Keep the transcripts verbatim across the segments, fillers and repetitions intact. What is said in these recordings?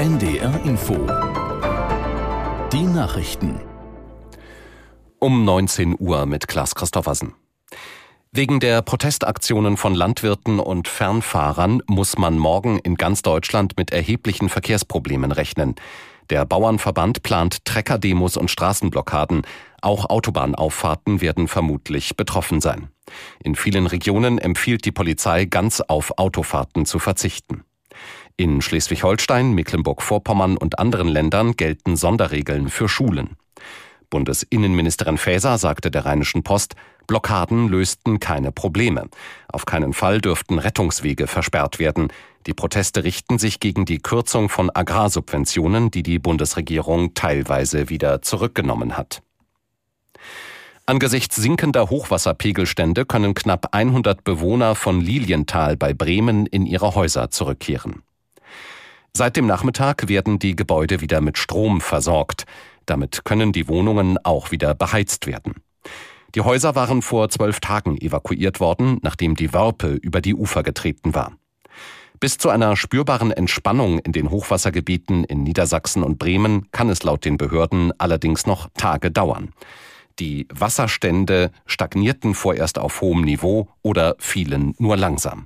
N D R Info. Die Nachrichten. Um neunzehn Uhr mit Klaas Christoffersen. Wegen der Protestaktionen von Landwirten und Fernfahrern muss man morgen in ganz Deutschland mit erheblichen Verkehrsproblemen rechnen. Der Bauernverband plant Treckerdemos und Straßenblockaden. Auch Autobahnauffahrten werden vermutlich betroffen sein. In vielen Regionen empfiehlt die Polizei, ganz auf Autofahrten zu verzichten. In Schleswig-Holstein, Mecklenburg-Vorpommern und anderen Ländern gelten Sonderregeln für Schulen. Bundesinnenministerin Faeser sagte der Rheinischen Post, Blockaden lösten keine Probleme. Auf keinen Fall dürften Rettungswege versperrt werden. Die Proteste richten sich gegen die Kürzung von Agrarsubventionen, die die Bundesregierung teilweise wieder zurückgenommen hat. Angesichts sinkender Hochwasserpegelstände können knapp hundert Bewohner von Lilienthal bei Bremen in ihre Häuser zurückkehren. Seit dem Nachmittag werden die Gebäude wieder mit Strom versorgt. Damit können die Wohnungen auch wieder beheizt werden. Die Häuser waren vor zwölf Tagen evakuiert worden, nachdem die Wörpe über die Ufer getreten war. Bis zu einer spürbaren Entspannung in den Hochwassergebieten in Niedersachsen und Bremen kann es laut den Behörden allerdings noch Tage dauern. Die Wasserstände stagnierten vorerst auf hohem Niveau oder fielen nur langsam.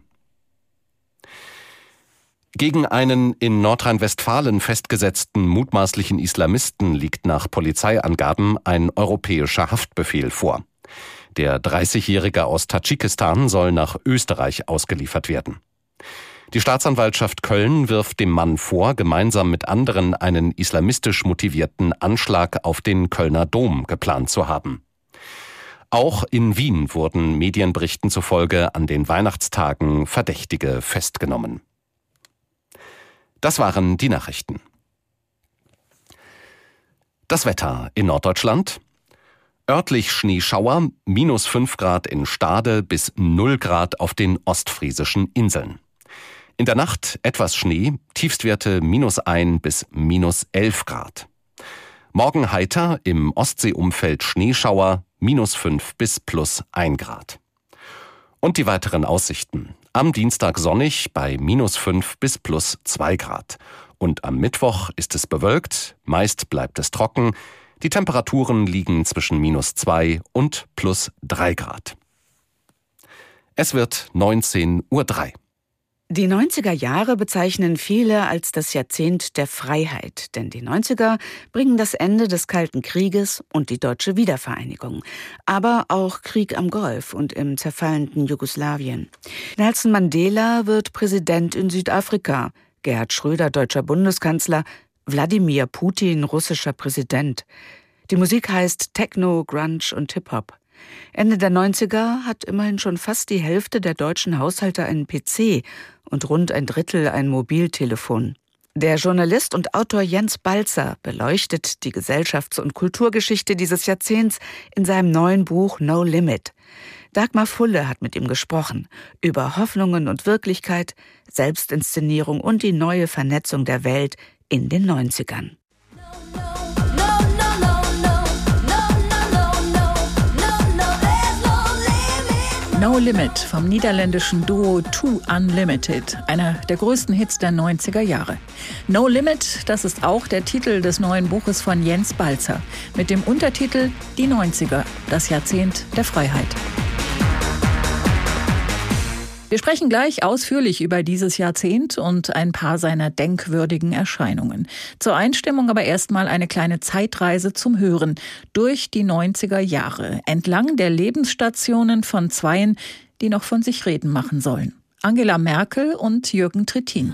Gegen einen in Nordrhein-Westfalen festgesetzten mutmaßlichen Islamisten liegt nach Polizeiangaben ein europäischer Haftbefehl vor. Der dreißigjährige aus Tadschikistan soll nach Österreich ausgeliefert werden. Die Staatsanwaltschaft Köln wirft dem Mann vor, gemeinsam mit anderen einen islamistisch motivierten Anschlag auf den Kölner Dom geplant zu haben. Auch in Wien wurden Medienberichten zufolge an den Weihnachtstagen Verdächtige festgenommen. Das waren die Nachrichten. Das Wetter in Norddeutschland. Örtlich Schneeschauer, minus fünf Grad in Stade bis null Grad auf den ostfriesischen Inseln. In der Nacht etwas Schnee, Tiefstwerte minus ein bis minus elf Grad. Morgen heiter, im Ostseeumfeld Schneeschauer, minus fünf bis plus ein Grad. Und die weiteren Aussichten. Am Dienstag sonnig bei minus fünf bis plus zwei Grad. Und am Mittwoch ist es bewölkt, meist bleibt es trocken. Die Temperaturen liegen zwischen minus zwei und plus drei Grad. Es wird neunzehn Uhr drei. Die neunziger Jahre bezeichnen viele als das Jahrzehnt der Freiheit, denn die neunziger bringen das Ende des Kalten Krieges und die deutsche Wiedervereinigung, aber auch Krieg am Golf und im zerfallenden Jugoslawien. Nelson Mandela wird Präsident in Südafrika, Gerhard Schröder deutscher Bundeskanzler, Wladimir Putin russischer Präsident. Die Musik heißt Techno, Grunge und Hip-Hop. Ende der neunziger hat immerhin schon fast die Hälfte der deutschen Haushalte einen P C und rund ein Drittel ein Mobiltelefon. Der Journalist und Autor Jens Balzer beleuchtet die Gesellschafts- und Kulturgeschichte dieses Jahrzehnts in seinem neuen Buch No Limit. Dagmar Fulle hat mit ihm gesprochen über Hoffnungen und Wirklichkeit, Selbstinszenierung und die neue Vernetzung der Welt in den neunzigern. No Limit vom niederländischen Duo Two Unlimited, einer der größten Hits der neunziger Jahre. No Limit, das ist auch der Titel des neuen Buches von Jens Balzer mit dem Untertitel Die neunziger, das Jahrzehnt der Freiheit. Wir sprechen gleich ausführlich über dieses Jahrzehnt und ein paar seiner denkwürdigen Erscheinungen. Zur Einstimmung aber erstmal eine kleine Zeitreise zum Hören durch die neunziger Jahre, entlang der Lebensstationen von Zweien, die noch von sich reden machen sollen. Angela Merkel und Jürgen Trittin.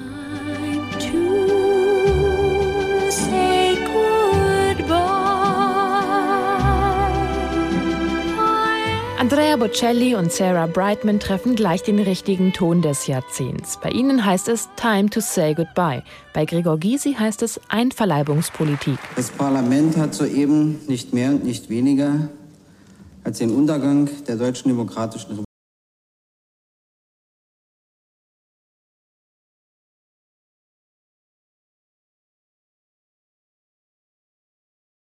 Andrea Bocelli und Sarah Brightman treffen gleich den richtigen Ton des Jahrzehnts. Bei ihnen heißt es Time to say goodbye. Bei Gregor Gysi heißt es Einverleibungspolitik. Das Parlament hat soeben nicht mehr und nicht weniger als den Untergang der Deutschen Demokratischen Republik